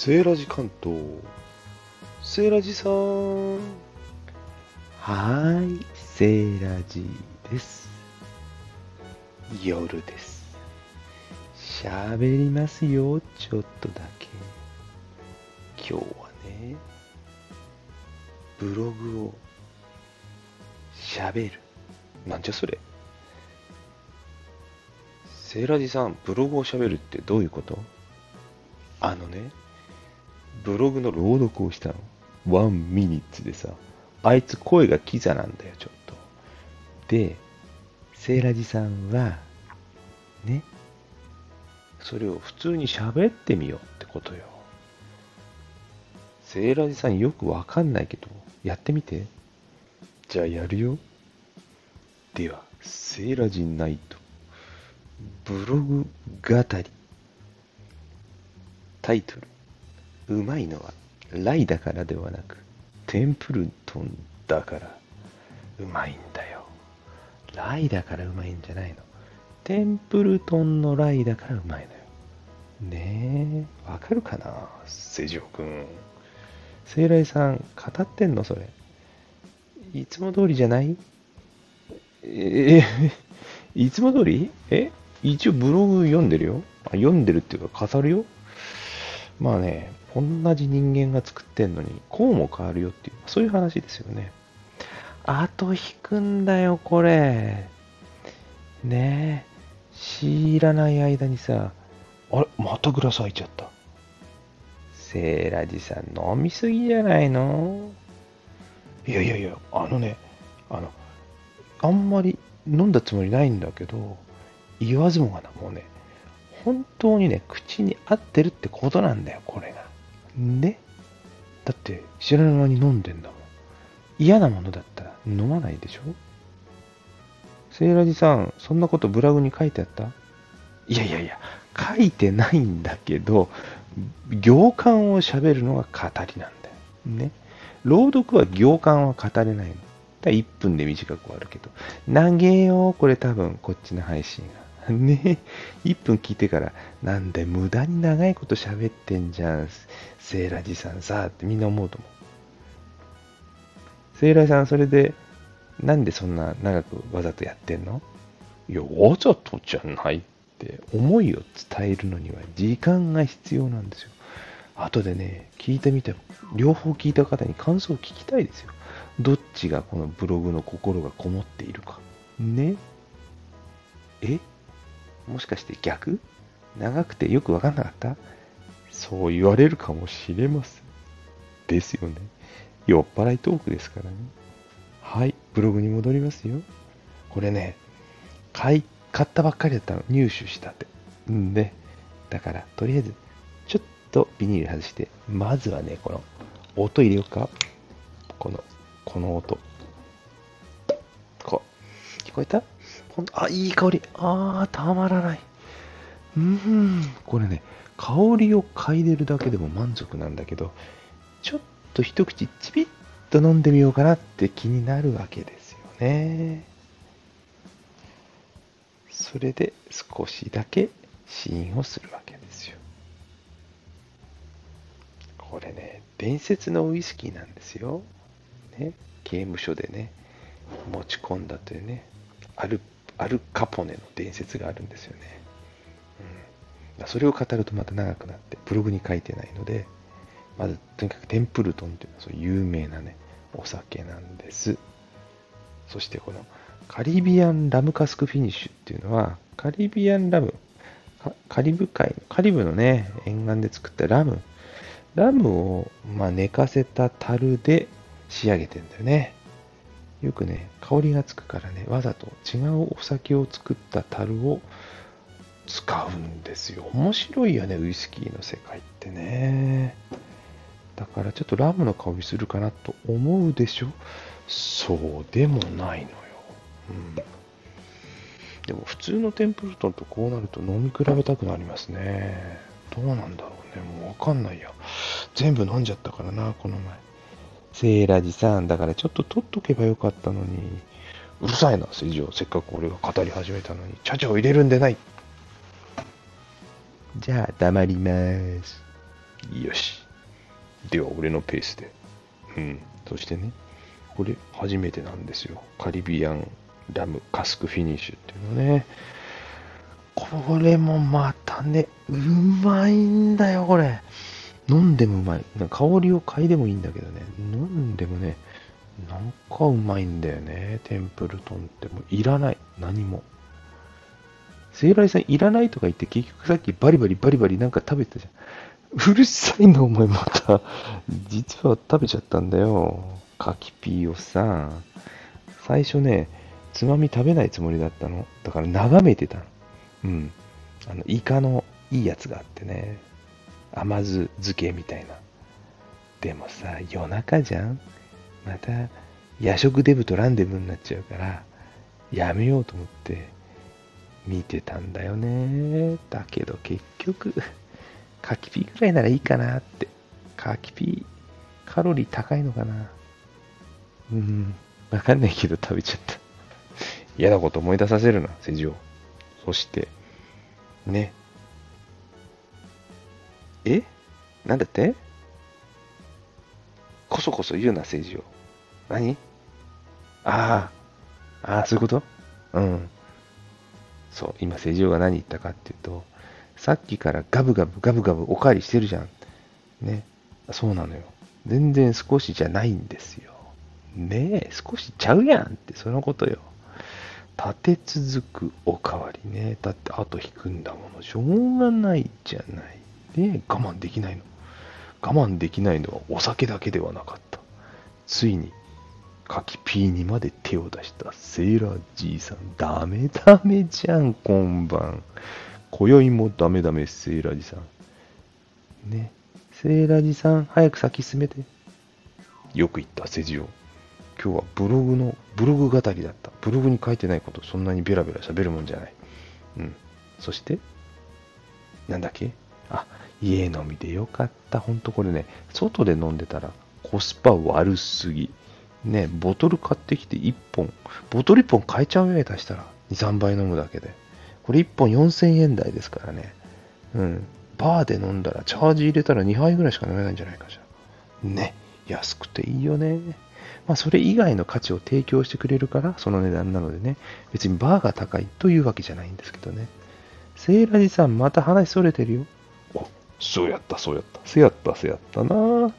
セーラジ関東。セーラジさん。 はーい、セーラジです。夜です。喋りますよ、ちょっとだけ。今日はね、ブログを喋る。 なんじゃそれ。セーラジさん、ブログを喋るってどういうこと？ あのね、ブログの朗読をしたの。ワンミニッツでさ、あいつ声がキザなんだよ、ちょっと。で、セーラジさんは、ね、それを普通に喋ってみようってことよ。セーラジさんよくわかんないけど、やってみて。 じゃあやるよ。 では、セーラジナイト、ブログ語り。タイトル、うまいのはライだからではなく、テンプルトンだからうまいんだよ。ライだからうまいんじゃないの。テンプルトンのライだからうまいのよ。ねえ、わかるかな、 セジオくん。 セイライさん、語ってんのそれ。いつも通りじゃない？え、いつも通り？一応ブログ読んでるよ。読んでるっていうか語るよ。まあね、同じ人間が作ってんのに、こうも変わるよっていう、そういう話ですよね。後引くんだよ、これ。ねえ。知らない間にさ、 あれ、またグラス開いちゃった。 セーラジさん飲みすぎじゃないの？ いやいやいや、あの、あんまり飲んだつもりないんだけど、言わずもがな、もうね、本当にね、口に合ってるってことなんだよ、これが。 ね。 だって知らない間に飲んでんだもん。嫌なものだったら飲まないでしょ？ セーラジさん、そんなことブログに書いてあった？ いやいやいや、書いてないんだけど、行間を喋るのが語りなんだよ。 ね。朗読は行間は語れないの。だから1分で短く終わるけど。長えよ、これ多分、こっちの配信が。ね。1分聞いてから、なんで無駄に長いこと喋ってんじゃん。セーラジさんさ、ってみんな思うと思う。セーラさん、それで、なんでそんな長くわざとやってんの？ いや、わざとじゃない。 思いを伝えるのには時間が必要なんですよ。後でね、聞いてみても、両方聞いた方に感想を聞きたいですよ。どっちがこのブログの心がこもっているか。ね。え、もしかして逆？長くてよくわかんなかった？そう言われるかもしれません。ですよね。酔っ払いトークですからね。はい、ブログに戻りますよ。これね、買ったばっかりだったの。入手したって。んで、だから、とりあえず、ちょっとビニール外して、まずはね、この、音入れようか。この音。聞こえた？あ、いい香り。たまらない。これね、香りを嗅いでるだけでも満足なんだけど、ちょっと一口ちびっと飲んでみようかなって気になるわけですよね。それで少しだけ試飲をするわけですよ。これね、伝説のウイスキーなんですよ。ね、刑務所でね、持ち込んだというね、アルカポネの伝説があるんですよね。それを語るとまた長くなって、ブログに書いてないので、まずとにかくテンプルトンというのはそう有名なね、お酒なんです。そしてこのカリビアンラムカスクフィニッシュっていうのは、カリビアンラム、カリブ海、カリブのね、沿岸で作ったラムを、寝かせた樽で仕上げてんだよね。よくね、香りがつくからね、わざと違うお酒を作った樽を使うんですよ。面白いよね、ウイスキーの世界ってね。だからちょっとラムの香りするかなと思うでしょ？そうでもないのよ。でも普通のテンプルトンとこうなると飲み比べたくなりますね。どうなんだろうね。もうわかんないや。全部飲んじゃったからな、この前。セーラジさん、だからちょっと取っとけばよかったのに。うるさいな、セジオ。せっかく俺が語り始めたのに。チャチャを入れるんでない。じゃあ、黙ります。 よし。では、俺のペースで。そしてね、これ初めてなんですよ。カリビアンラムカスクフィニッシュっていうのね。これもまたね、うまいんだよ、これ。飲んでもうまい。香りを嗅いでもいいんだけどね。飲んでもね、なんかうまいんだよね。テンプルトンってもういらない。何も。セイライさんいらないとか言って結局さっきバリバリバリバリなんか食べてたじゃん。うるさいのお前また。実は食べちゃったんだよ。柿ピーをさ。最初ね、つまみ食べないつもりだったの。だから眺めてたの。イカのいいやつがあってね。甘酢漬けみたいな。でもさ、夜中じゃん。また夜食デブとランデブになっちゃうから、やめようと思って見てたんだよね。だけど結局、柿ピーぐらいならいいかなって。柿ピー、カロリー高いのかな。わかんないけど食べちゃった。嫌なこと思い出させるな、世情。そして、ね。なんだってこそこそ言うな、世情。何そういうことそう、今、世情が何言ったかっていうと、さっきからガブガブガブガブおかわりしてるじゃん。ね。そうなのよ。全然少しじゃないんですよ。ねえ、少しちゃうやんって、そのことよ。立て続くおかわりね。だって後引くんだもの。しょうがないじゃない。ねえ、我慢できないの。我慢できないのはお酒だけではなかった。ついに、柿ピーにまで手を出したセーラーじいさん。ダメダメじゃん、今晩。今宵もダメダメ、セーラーじさん。ね。セーラーじさん、早く先進めて。よく言った、セジオ。今日はブログ語りだった。ブログに書いてないことそんなにベラベラ喋るもんじゃない。そして、なんだっけ家飲みでよかった。ほんとこれね、外で飲んでたらコスパ悪すぎ。ね、ボトル買ってきて1本。ボトル1本買えちゃうよね、足したら。2、3杯飲むだけで。これ1本4000円台ですからね。バーで飲んだらチャージ入れたら2杯ぐらいしか飲めないんじゃないかしら。ね、安くていいよね。それ以外の価値を提供してくれるから、その値段なのでね、別にバーが高いというわけじゃないんですけどね。セイラジさん、また話それてるよ。そうやった。せやったな。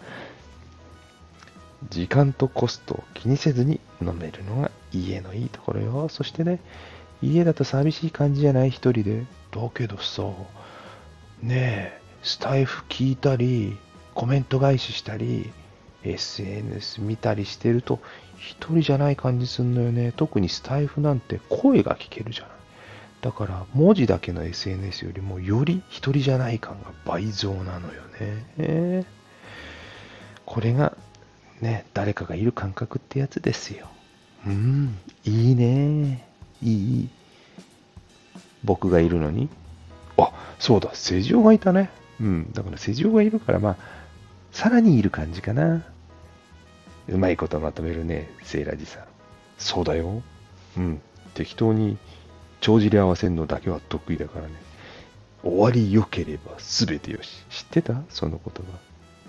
時間とコストを気にせずに飲めるのが家のいいところよ。そしてね、家だと寂しい感じじゃない一人で。だけどさ、ねえ、スタイフ聞いたり、コメント返ししたり、SNS 見たりしてると一人じゃない感じすんのよね。特にスタイフなんて声が聞けるじゃない。だから文字だけの SNS よりもより一人じゃない感が倍増なのよね。これがね、誰かがいる感覚ってやつですよ。いいね。いい。僕がいるのに。そうだ、世情がいたね。だから世情がいるから、さらにいる感じかな。うまいことまとめるね、セイラジさん。そうだよ。適当に帳尻合わせるのだけは得意だからね。終わり良ければ全てよし。知ってたその言葉。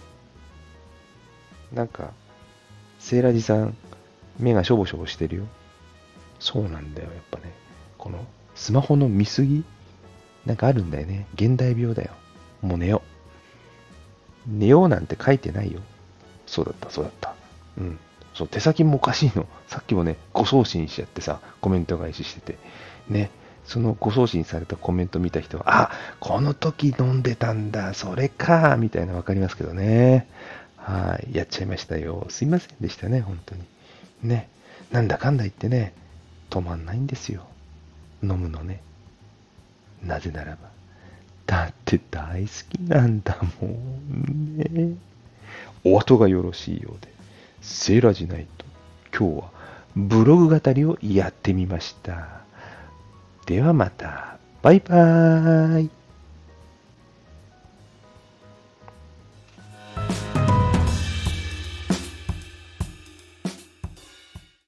なんか、セイラジさん、目がしょぼしょぼしてるよ。そうなんだよ、やっぱね。このスマホの見過ぎなんかあるんだよね。現代病だよ。もう寝よう。寝ようなんて書いてないよ。そうだった。そう、手先もおかしいの。さっきもね、誤送信しちゃってさ、コメント返ししてて。ね、その誤送信されたコメント見た人は、この時飲んでたんだ、それか、みたいなわかりますけどね。はい、やっちゃいましたよ。すいませんでしたね、本当に。ね、なんだかんだ言ってね、止まんないんですよ。飲むのね。なぜならば。だって大好きなんだもんね。お後がよろしいようで。セーラジナイト。今日はブログ語りをやってみました。ではまた。バイバーイ。